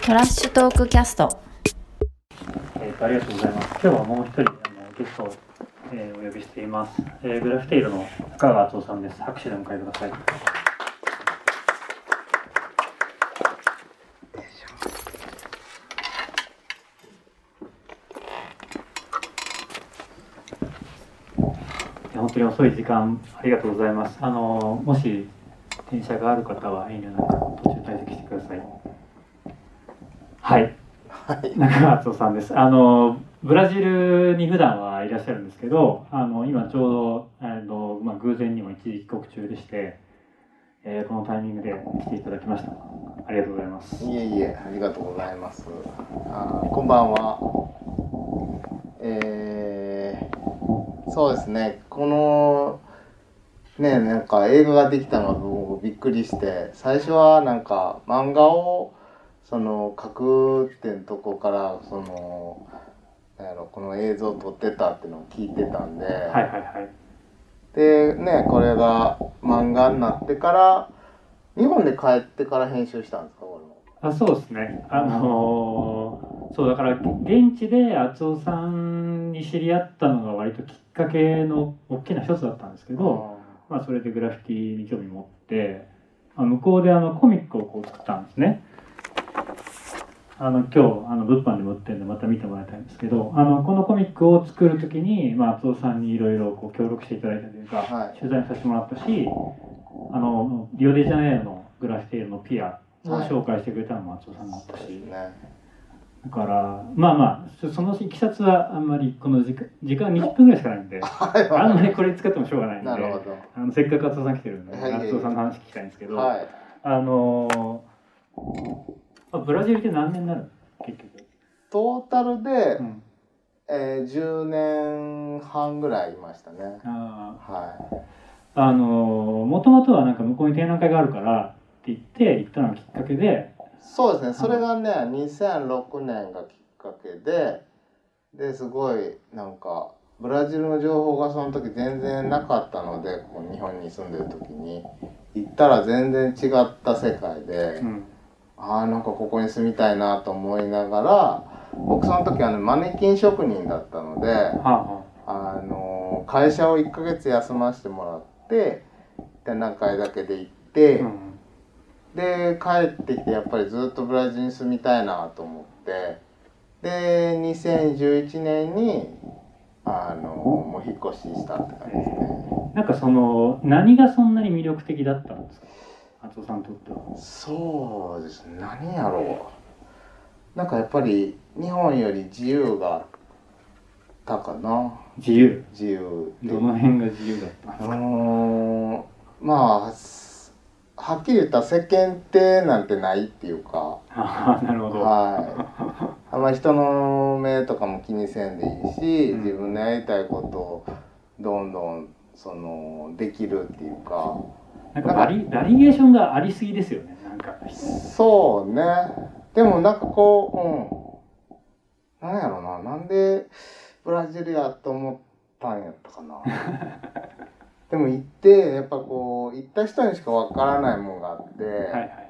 トラッシュトークキャスト。 ありがとうございます。今日はもう一人ゲストを、お呼びしています。グラフテイルの中川敦夫さんです。拍手でお迎えください。本当に遅い時間ありがとうございます。もし電車がある方は遠慮なく途中退席してください。はい。中川敦夫さんです。ブラジルに普段はいらっしゃるんですけど、今ちょうど、偶然にも一時帰国中でして、このタイミングで来ていただきました。ありがとうございます。 いえいえ、ありがとうございます。こんばんは。そうですね、このね、なんか映画ができたのは僕びっくりして、最初はなんか漫画を描くっていうとこからこの映像を撮ってたっていうのを聞いてたんで、でね、これが漫画になってから日本で帰ってから編集したんですか、これも。 そうですね。そうだから現地で敦夫さんに知り合ったのが割ときっかけの大きな一つだったんですけど、それでグラフィティに興味持って向こうでコミックを作ったんですね。今日物販でも売ってるんでまた見てもらいたいんですけど、このコミックを作る時に敦夫さんにいろいろ協力していただいたというか、取材させてもらったし、リオデジャネイロのグラフィティのピアを紹介してくれたのも敦夫さんだったし、だからそのいきさつはあんまりこの時間20分ぐらいしかないんであんまりこれ使ってもしょうがないんで、せっかく敦夫さん来てるんで敦夫さんの話聞きたいんですけど、ブラジルって何年になるの結局？ トータルで、10年半ぐらいいましたね。 もともとはなんか向こうに展覧会があるからって言って行ったのがきっかけで。 そうですね、それがね2006年がきっかけですごいなんかブラジルの情報がその時全然なかったので、こう日本に住んでる時に行ったら全然違った世界で、なんかここに住みたいなと思いながら、僕その時マネキン職人だったので、会社を1ヶ月休ませてもらって展覧会だけで行って、で帰ってきてやっぱりずっとブラジルに住みたいなと思って、で2011年にもう引っ越ししたって感じですね。 なんか何がそんなに魅力的だったんですか、敦夫さんにとっては。 そうですね、何やろう、なんかやっぱり日本より自由があったかな。 自由どの辺が自由だったんですか？ はっきり言ったら世間体なんてないっていうか。 なるほど。 あんまり人の目とかも気にせんでいいし、自分のやりたいことをどんどんできるっていうか。 なんかバリエーションがありすぎですよね。なんかそうね。でもなんかなんやろな、なんでブラジルやと思ったんやったかな。でも行ってやっぱ行った人にしかわからないものがあって、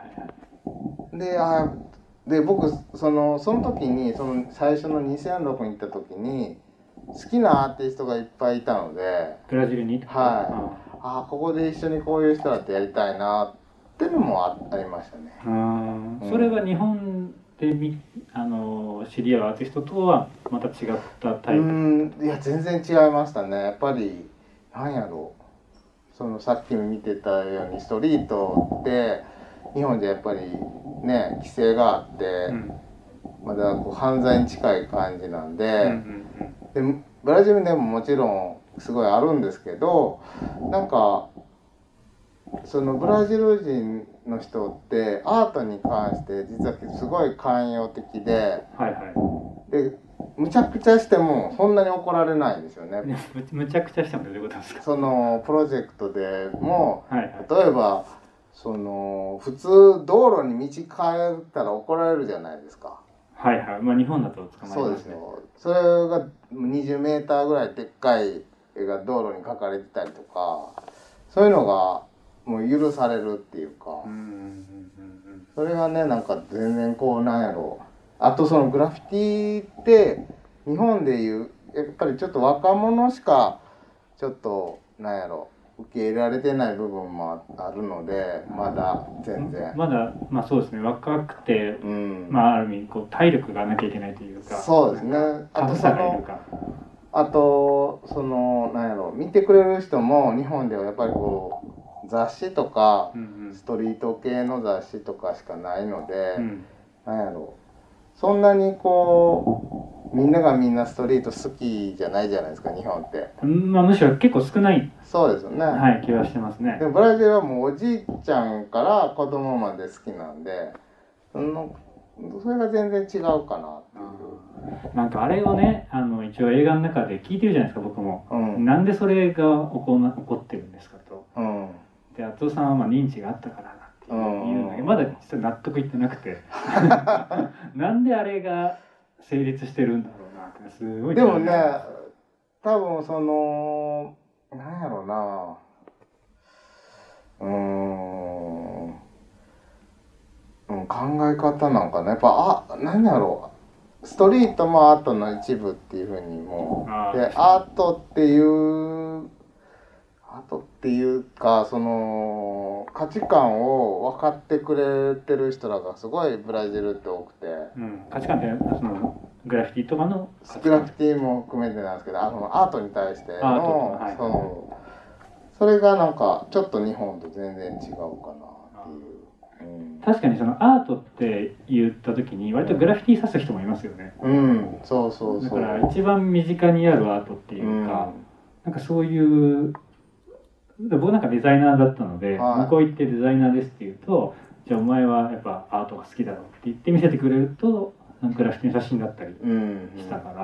で僕その時に最初の2006に行った時に好きなアーティストがいっぱいいたので、 ブラジルに、 ここで一緒にこういう人だってやりたいなっていうのもありましたね。 それは日本で知り合うアーティストとはまた違ったタイプ？ いや全然違いましたね。やっぱりなんやろう、さっき見てたようにストリートって日本じゃやっぱりね規制があって、まだ犯罪に近い感じなんで、でブラジルでももちろんすごいあるんですけど、なんかブラジル人の人ってアートに関して実はすごい寛容的で、でむちゃくちゃしてもそんなに怒られないんですよね。 むちゃくちゃしてもどういうことですか？ プロジェクトでも、例えば普通道路に道変えたら怒られるじゃないですか。 日本だと捕まりますね。 そうですよ。それが20メーターぐらいでっかい絵が道路に描かれてたりとか、そういうのがもう許されるっていうか、 それがねなんか全然こうなんやろう、あとそのグラフィティって日本でいうやっぱりちょっと若者しかちょっとなんやろ受け入れられてない部分もあるので、まだ全然まだまあそうですね、若くて、まあある意味こう体力がなきゃいけないというか、 そうですね。 タフさがいるか、 あとそのなんやろ見てくれる人も日本ではやっぱりこう雑誌とか、ストリート系の雑誌とかしかないので、なんやろそんなにこうみんながみんなストリート好きじゃないじゃないですか日本って。 まあむしろ結構少ない。 そうですよね。 はい、気はしてますね。 でもブラジルはもうおじいちゃんから子供まで好きなんで、それが全然違うかなっていう。 なんかあれをね、一応映画の中で聞いてるじゃないですか僕も、なんでそれが起こってるんですかと、で厚尾さんはまあ認知があったからなって言うんだけど、まだ実は納得いってなくてなんであれが成立してるんだろうなってすごい。 でもね多分そのなんやろうな、考え方なんかね、やっぱ何やろう、ストリートもアートの一部っていうふうにもでアートっていうかその価値観を分かってくれてる人らがすごいブラジルって多くて、 価値観ってそのグラフィティとかのグラフィティも含めてなんですけど、アートに対してのそれがなんかちょっと日本と全然違うかなっていう。 確かにそのアートって言った時に割とグラフィティ指す人もいますよね。 そうそうそう。 だから一番身近にあるアートっていうか、なんかそういう僕なんかデザイナーだったので、向こう行ってデザイナーですって言うと、じゃあお前はやっぱアートが好きだろうって言って見せてくれるとグラフィティの写真だったりしたから、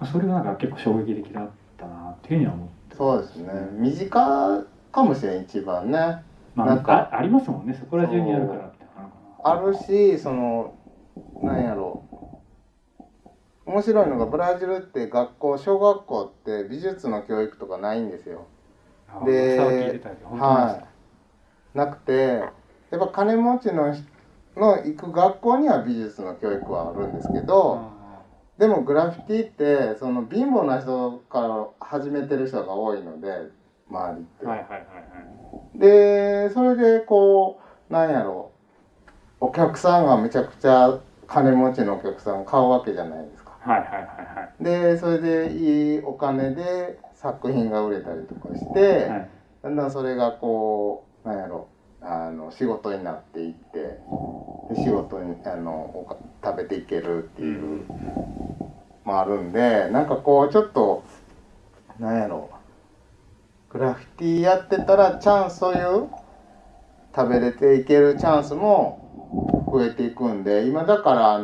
それがなんか結構衝撃的だったなっていうふうには思って。 そうですね。身近かもしれん一番ね。 なんかありますもんね、そこら中にあるからってあるし、そのなんやろう、面白いのがブラジルって小学校って美術の教育とかないんですよ。で、なくて、やっぱ金持ちの行く学校には美術の教育はあるんですけど、でもグラフィティってその貧乏な人から始めてる人が多いので周りって。でそれでこうなんやろう、お客さんがめちゃくちゃ金持ちのお客さん買うわけじゃないですか。でそれでいいお金で作品が売れたりとかして、だんだんそれがこうなんやろ仕事になっていって、で仕事に食べていけるっていうもあるんで、なんかこうちょっとなんやろグラフィティやってたらそういう食べれていけるチャンスも増えていくんで、今だから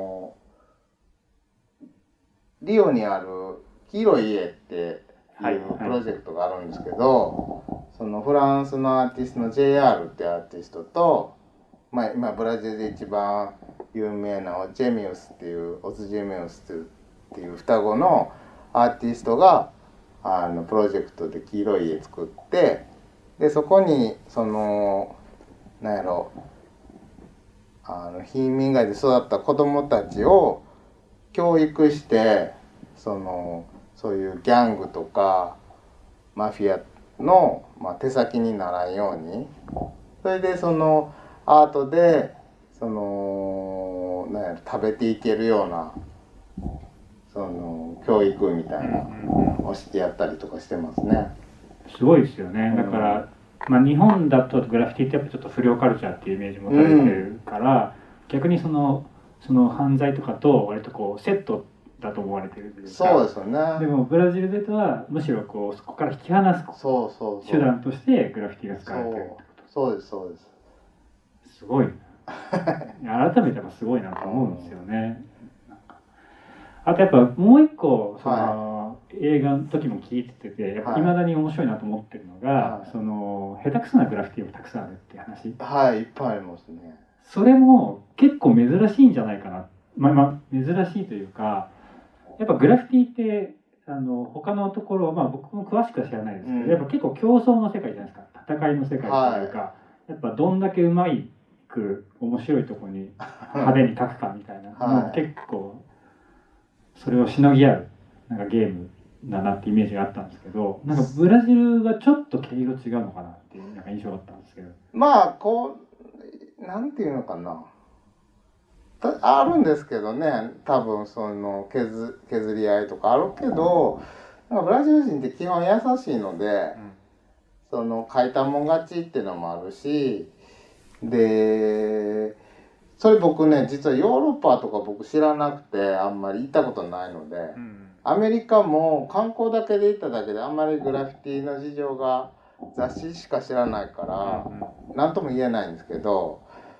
リオにある黄色い家っていうプロジェクトがあるんですけど、そのフランスのアーティストの JR ってアーティストと、まあ今ブラジルで一番有名なオズジェミウスっていう双子のアーティストがプロジェクトで黄色い家作って、でそこにそのなんやろ貧民街で育った子供たちを教育して、そういうギャングとかマフィアの、手先にならんように、それでそのアートでなんやろ食べていけるような教育みたいなをしてやったりとかしてますね。 すごいですよね。だから、日本だとグラフィティってやっぱちょっと不良カルチャーっていうイメージ持たれてるから、逆にその犯罪とかと割とこうセットだと思われてるというか。 そうですよね。 でもブラジルではむしろこうそこから引き離す手段としてグラフィティが使われてるってこと。 そうですそうです。 すごい。改めてすごいなと思うんですよね。あとやっぱもう一個映画の時も聞いてていまだに面白いなと思ってるのが、下手くそなグラフィティもたくさんあるっていう話。 いっぱいありますね。 それも結構珍しいんじゃないかな。珍しいというか、やっぱグラフィティって他のところ僕も詳しくは知らないですけど、やっぱ結構競争の世界じゃないですか。戦いの世界というか、やっぱどんだけうまくく面白いところに派手に描くかみたいな、もう結構それをしのぎ合うなんかゲームだなってイメージがあったんですけど、なんかブラジルはちょっと毛色違うのかなっていうなんか印象があったんですけど。 まあこうなんていうのかな、あるんですけどね、多分その削り合いとかあるけど、なんかブラジル人って基本優しいので、その書いたもん勝ちっていうのもあるし、でそれ僕ね実はヨーロッパとか僕知らなくてあんまり行ったことないので、アメリカも観光だけで行っただけであんまりグラフィティの事情が雑誌しか知らないから何とも言えないんですけど、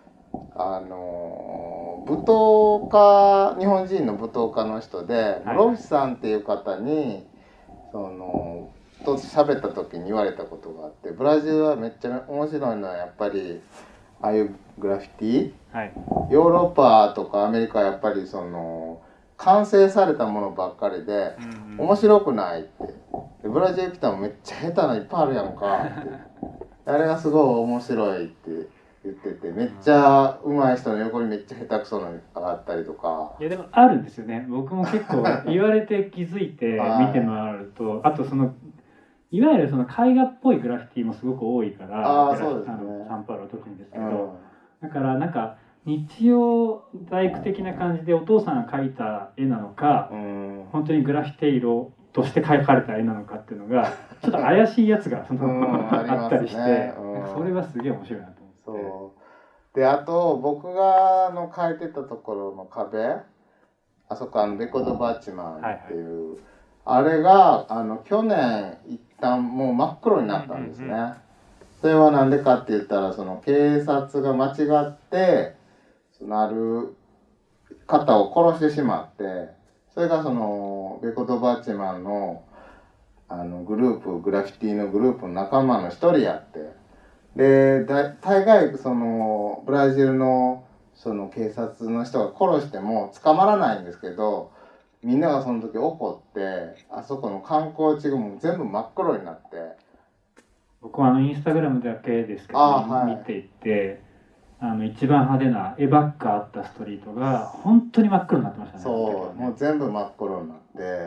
舞踏家、日本人の舞踏家の人で室伏さんっていう方にと喋った時に言われたことがあって、ブラジルはめっちゃ面白いのはやっぱりああいうグラフィティ、ヨーロッパとかアメリカはやっぱり完成されたものばっかりで面白くないって、でブラジル来たらめっちゃ下手なのいっぱいあるやんかってあれがすごい面白いって言ってて、めっちゃ上手い人の横にめっちゃ下手くそなのがあったりとか。 いやでもあるんですよね。僕も結構言われて気づいて見て回るとあといわゆるその絵画っぽいグラフィティもすごく多いから、 そうですね、 サンパウロは特にですけど、だからなんか日曜大工的な感じでお父さんが描いた絵なのか、本当にグラフィテイロとして描かれた絵なのかっていうのがちょっと怪しいやつがあったりして、それはすげえ面白いなと思って。 そうで、あと僕が描いてたところの壁、あそこベコ・ド・バッチマンっていう、あれが去年一旦もう真っ黒になったんですね。それは何でかって言ったら警察が間違ってある方を殺してしまって、それがベコ・ド・バッチマンのグループ、グラフィティのグループの仲間の一人やって、で大概ブラジルの警察の人が殺しても捕まらないんですけど、みんながその時怒ってあそこの観光地がもう全部真っ黒になって、 僕はインスタグラムだけですけど、見ていて一番派手な絵ばっかあったストリートが本当に真っ黒になってましたね。 そうもう全部真っ黒になって、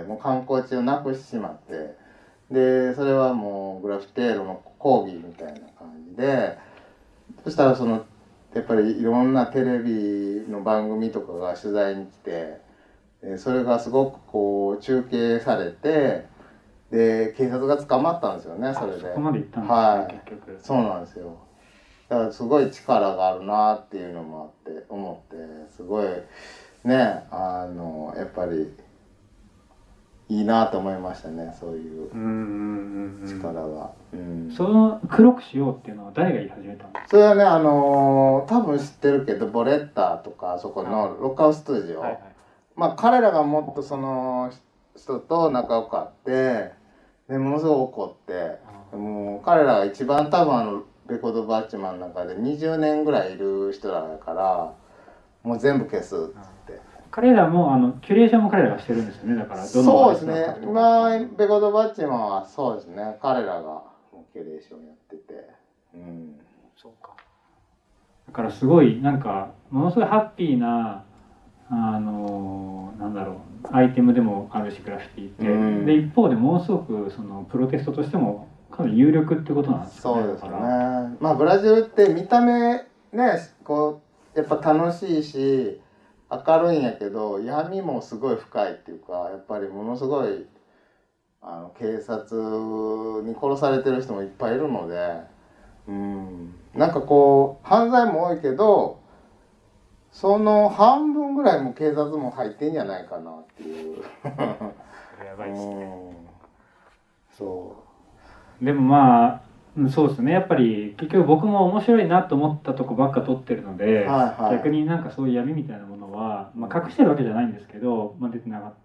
もう観光地をなくしてしまって、でそれはもうグラフィテーロの抗議みたいな感じで、そしたらやっぱりいろんなテレビの番組とかが取材に来て、それがすごくこう中継されて、で警察が捕まったんですよね。それでそこまで行ったんですね、結局。 そうなんですよ。だからすごい力があるなっていうのもあって思って、すごいねやっぱりいいなと思いましたね、そういう力が。 黒くしようっていうのは誰が言い始めたんですか？ それはね多分知ってるけど、ボレッタとかそこのロックハウススタジオ、まあ彼らがもっとその人と仲良かって、でものすごい怒って、もう彼らが一番多分レコードバッチマンの中で20年ぐらいいる人らだから、もう全部消すっつって。 彼らもキュレーションも彼らがしてるんですよね。だからそうですね、今レコードバッチマンはそうですね、彼らがキュレーションやってて、 そうか。だからすごいなんかものすごいハッピーななんだろう、アイテムでもあるしグラフィティって、で一方でものすごくプロテストとしてもかなり有力ってことなんですかね。 そうですね。まあブラジルって見た目ね、こうやっぱ楽しいし明るいんやけど、闇もすごい深いっていうか、やっぱりものすごい警察に殺されてる人もいっぱいいるので、なんかこう犯罪も多いけど、その半分ぐらいも警察も入ってんじゃないかなっていうやばいですね。 そうでもまあそうですね、やっぱり結局僕も面白いなと思ったとこばっか撮ってるので、逆になんかそういう闇みたいなものは、隠してるわけじゃないんですけど、出てなかった。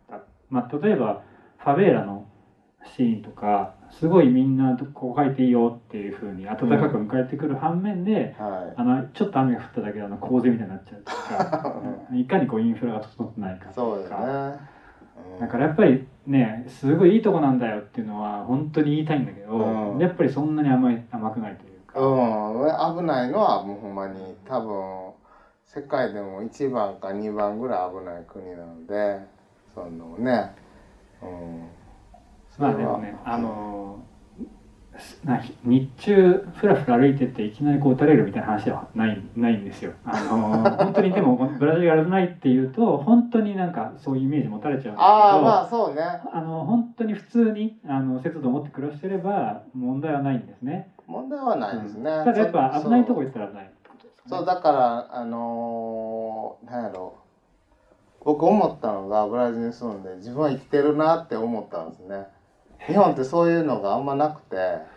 例えばファベーラのシーンとかすごいみんなこう書いていいよっていう風に温かく迎えてくる反面で、ちょっと雨が降っただけで洪水みたいになっちゃうとかいかにこうインフラが整ってないかとか、だからやっぱりね、すごいいいとこなんだよっていうのは本当に言いたいんだけど、やっぱりそんなに甘くないというか。 危ないのはもうほんまに多分世界でも1番か2番ぐらい危ない国なので、そのね、 まあでもね、日中ふらふら歩いてていきなりこう撃たれるみたいな話はないんですよ。本当にでもブラジルが危ないっていうと本当になんかそういうイメージ持たれちゃうんですけど、 まあそうね。 本当に普通に節度を持って暮らしてれば問題はないんですね。 問題はないですね。 ただやっぱ危ないとこ行ったら危ないってことですね。 そうだからなんやろ、僕思ったのがブラジルに住んで自分は生きてるなって思ったんですね。日本ってそういうのがあんまなくて、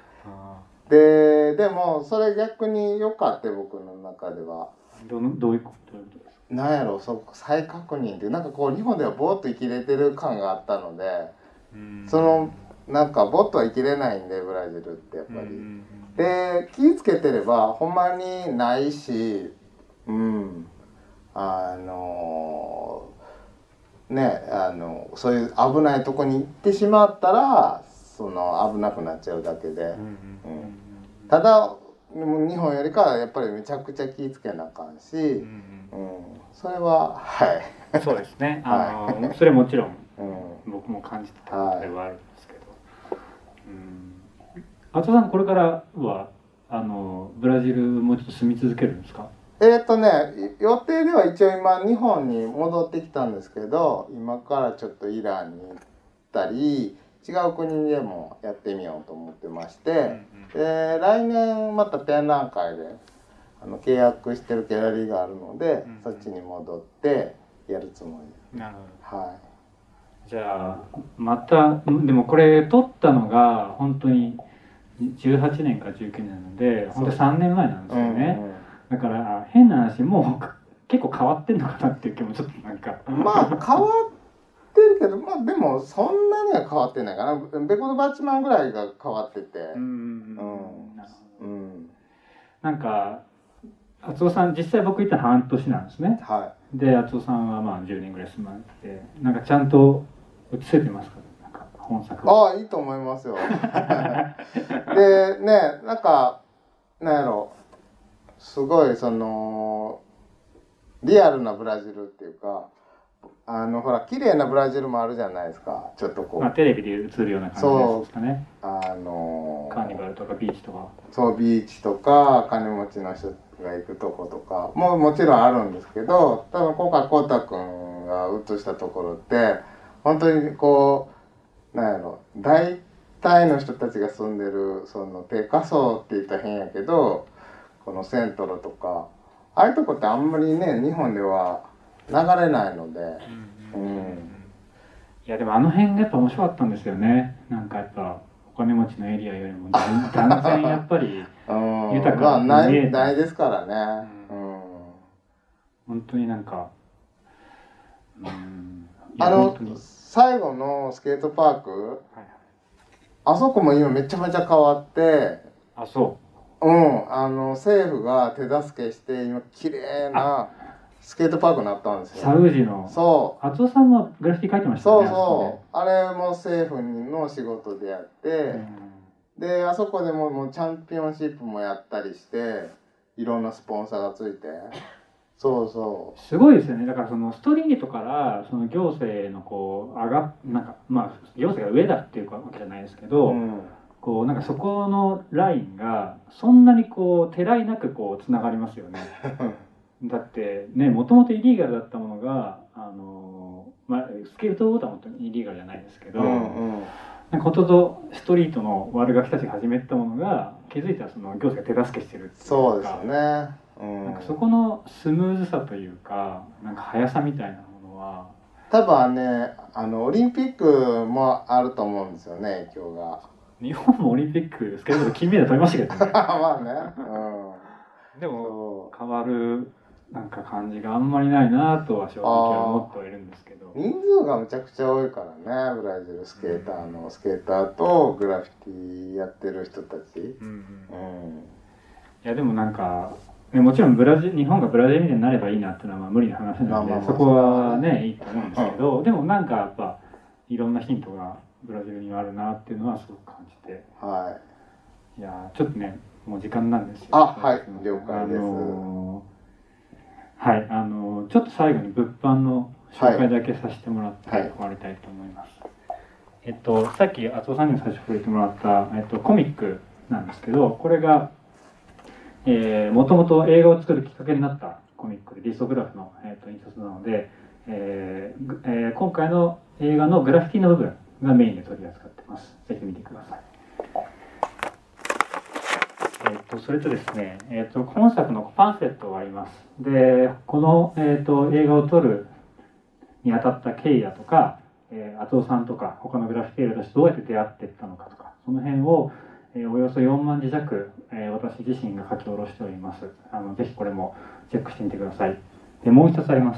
でもそれ逆に良かった僕の中では。 どういうことですか？ なんやろ、再確認ってなんかこう日本ではぼーっと生きれてる感があったので、なんかぼーっとは生きれないんでブラジルってやっぱり。で気ぃつけてればほんまにないし、そういう危ないとこに行ってしまったら危なくなっちゃうだけで、ただ日本よりかはやっぱりめちゃくちゃ気ぃつけなあかんし、それははいそうですね。それはもちろん僕も感じてたことではあるんですけど、厚田さんこれからはブラジルもうちょっと住み続けるんですか？ 予定では一応今日本に戻ってきたんですけど、今からちょっとイランに行ったり違う国でもやってみようと思ってまして、で来年また展覧会で契約してるギャラリーがあるので、そっちに戻ってやるつもりです。 なるほど。 はい。 じゃあまたでもこれ撮ったのが本当に18年か19年なので本当に3年前なんですよね。だから変な話もう結構変わってんのかなっていう気もちょっとなんかまあ変わってるけど、まあでもそんなには変わってないかな。ベコドバッチマンぐらいが変わってて、 なんか厚尾さん実際僕行ったの半年なんですね。で厚尾さんはまあ10年ぐらい住まれて、なんかちゃんと映せてますか？なんか本作は。いいと思いますよ。でね、なんかなんやろ、すごいリアルなブラジルっていうか、ほら綺麗なブラジルもあるじゃないですか。ちょっとこう、 テレビで映るような感じですかね。カーニバルとかビーチとか。 そうビーチとか金持ちの人が行くとことかもちろんあるんですけど、多分今回コウタ君が映したところって本当にこうなんやろ、大体の人たちが住んでる低下層って言ったら変やけど、このセントロとかああいうとこってあんまりね日本では流れないので、 いやでもあの辺がやっぱ面白かったんですよね。なんかやっぱお金持ちのエリアよりも断然やっぱり豊かな見えないですからね。 本当になんか最後のスケートパーク、あそこも今めちゃめちゃ変わって、政府が手助けして今綺麗なスケートパークになったんですよ。 サウジの。そう。厚尾さんもグラフィティ書いてましたね。 あれも政府の仕事でやって、であそこでもチャンピオンシップもやったりして、いろんなスポンサーがついて。すごいですよね。だからストリートから行政のこうなんかまあ行政が上だっていうわけじゃないですけど、こうなんかそこのラインがそんなにこうてらいなくこうつながりますよね。だってね、もともとイリーガルだったものがスケートボードは本当にイリーガルじゃないですけど、なんかほとんどストリートの悪ガキたちが始めたものが気づいたら行政が手助けしてるっていうか。 そうですよね。 なんかそこのスムーズさというか、なんか速さみたいなものは多分ね、オリンピックもあると思うんですよね、影響が。 日本もオリンピックスケートボード金メダル取りましたけどね。 まあね、 でも変わるなんか感じがあんまりないなとは正直思ってはいるんですけど、 人数がむちゃくちゃ多いからね、ブラジルスケーターとグラフィティやってる人たち。いやでもなんかもちろん日本がブラジルみたいになればいいなっていうのはまあ無理な話なので、そこはねいいと思うんですけど、でもなんかやっぱいろんなヒントがブラジルにはあるなっていうのはすごく感じて、いやちょっとねもう時間なんですよ。 あ、はい、了解です。 はい、ちょっと最後に物販の紹介だけさせてもらって終わりたいと思います。さっき厚尾さんにも最初触れてもらった、コミックなんですけど、これがもともと映画を作るきっかけになったコミックで、リソグラフの、印刷なので、今回の映画のグラフィティの部分がメインで取り扱ってます。ぜひ見てください。それとですね、今作のパンフレットがあります。で、この、映画を撮るにあたった経緯だとか、厚尾さんとか他のグラフィティーラーとしてどうやって出会っていったのかとか、その辺を、およそ4万字弱、私自身が書き下ろしております。ぜひこれもチェックしてみてください。で、もう一つあります。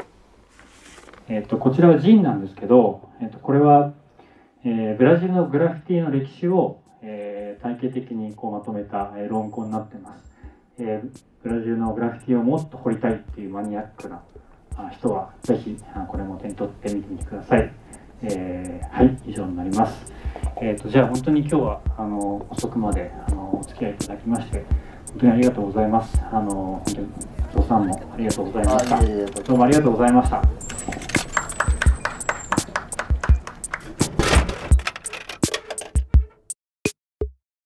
こちらはジンなんですけど、これは、ブラジルのグラフィティの歴史を、体系的にこうまとめた、論考になっています。ブラジルのグラフィティをもっと掘りたいっていうマニアックな人はぜひこれも手に取って見てみてください。はい、以上になります。じゃあ本当に今日は遅くまでお付き合いいただきまして本当にありがとうございます。本当に伊藤さんもありがとうございました。どうもありがとうございました。